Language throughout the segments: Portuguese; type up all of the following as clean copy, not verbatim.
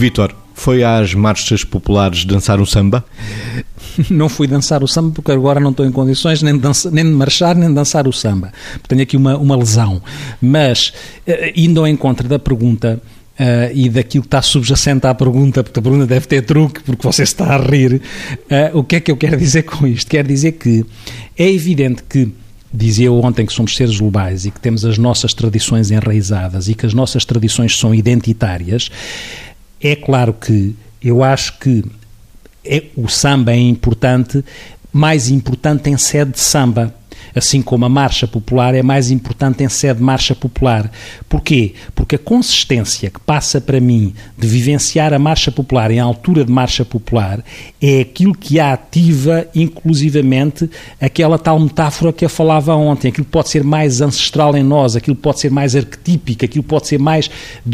Vítor, foi às marchas populares dançar o samba? Não fui dançar o samba porque agora não estou em condições nem de marchar nem de dançar o samba. Tenho aqui uma lesão. Mas, indo ao encontro da pergunta e daquilo que está subjacente à pergunta, porque a pergunta deve ter truque, porque você está a rir, o que é que eu quero dizer com isto? Quero dizer que é evidente que, dizia eu ontem que somos seres globais e que temos as nossas tradições enraizadas e que as nossas tradições são identitárias. É claro que eu acho que o samba é importante, mais importante em sede de samba, assim como a marcha popular é mais importante em sede de marcha popular. Porquê? Porque a consistência que passa para mim de vivenciar a marcha popular em altura de marcha popular é aquilo que a ativa inclusivamente aquela tal metáfora que eu falava ontem, aquilo que pode ser mais ancestral em nós, aquilo que pode ser mais arquetípico, aquilo que pode ser mais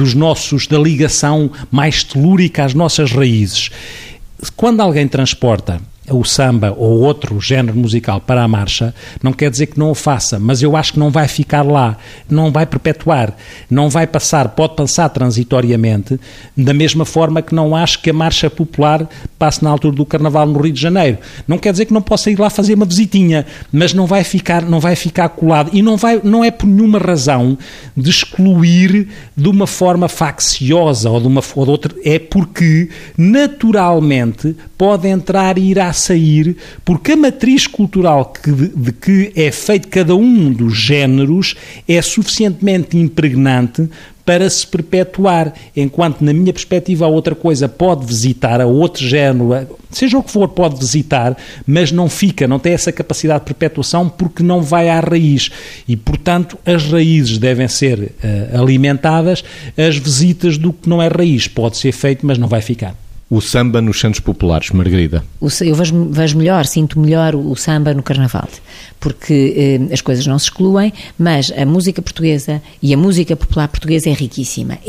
da ligação mais telúrica às nossas raízes. Quando alguém transporta o samba ou outro género musical para a marcha, não quer dizer que não o faça, mas eu acho que não vai ficar lá, não vai perpetuar, não vai passar, pode passar transitoriamente, da mesma forma que não acho que a marcha popular passe na altura do Carnaval no Rio de Janeiro. Não quer dizer que não possa ir lá fazer uma visitinha, mas não vai ficar colado e não é por nenhuma razão de excluir de uma forma facciosa ou de outra, é porque naturalmente pode entrar e ir à sair, porque a matriz cultural de que é feito cada um dos géneros é suficientemente impregnante para se perpetuar, enquanto na minha perspectiva a outra coisa pode visitar, a outro género, seja o que for, pode visitar, mas não tem essa capacidade de perpetuação porque não vai à raiz e, portanto, as raízes devem ser alimentadas, as visitas do que não é raiz pode ser feito, mas não vai ficar. O samba nos santos populares, Margarida? Eu vejo melhor, sinto melhor o samba no Carnaval, porque as coisas não se excluem, mas a música portuguesa e a música popular portuguesa é riquíssima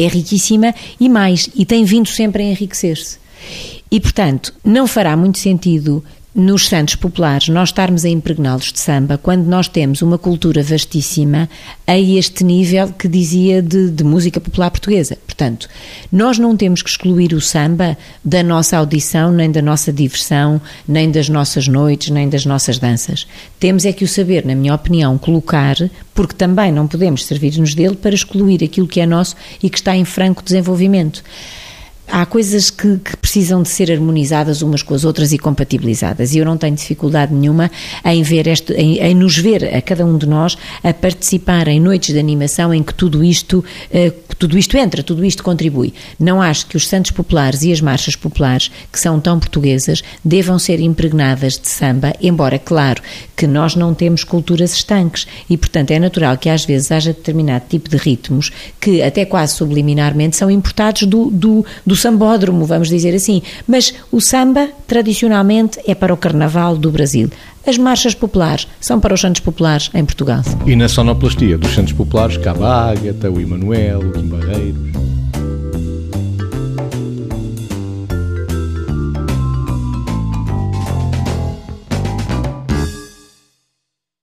e tem vindo sempre a enriquecer-se. E, portanto, não fará muito sentido nos santos populares nós estarmos a impregná-los de samba quando nós temos uma cultura vastíssima a este nível que dizia de música popular portuguesa. Portanto, nós não temos que excluir o samba da nossa audição, nem da nossa diversão, nem das nossas noites, nem das nossas danças. Temos é que o saber, na minha opinião, colocar, porque também não podemos servir-nos dele para excluir aquilo que é nosso e que está em franco desenvolvimento. Há coisas que precisam de ser harmonizadas umas com as outras e compatibilizadas, e eu não tenho dificuldade nenhuma em nos ver, a cada um de nós, a participar em noites de animação em que tudo isto entra, tudo isto contribui. Não acho que os santos populares e as marchas populares, que são tão portuguesas, devam ser impregnadas de samba, embora, claro, que nós não temos culturas estanques, e, portanto, é natural que às vezes haja determinado tipo de ritmos que, até quase subliminarmente, são importados do sambódromo, vamos dizer assim. Mas o samba, tradicionalmente, é para o Carnaval do Brasil. As marchas populares são para os santos populares em Portugal. E na sonoplastia dos santos populares, cabe a Ágata, o Emanuel, o Kim Barreiros.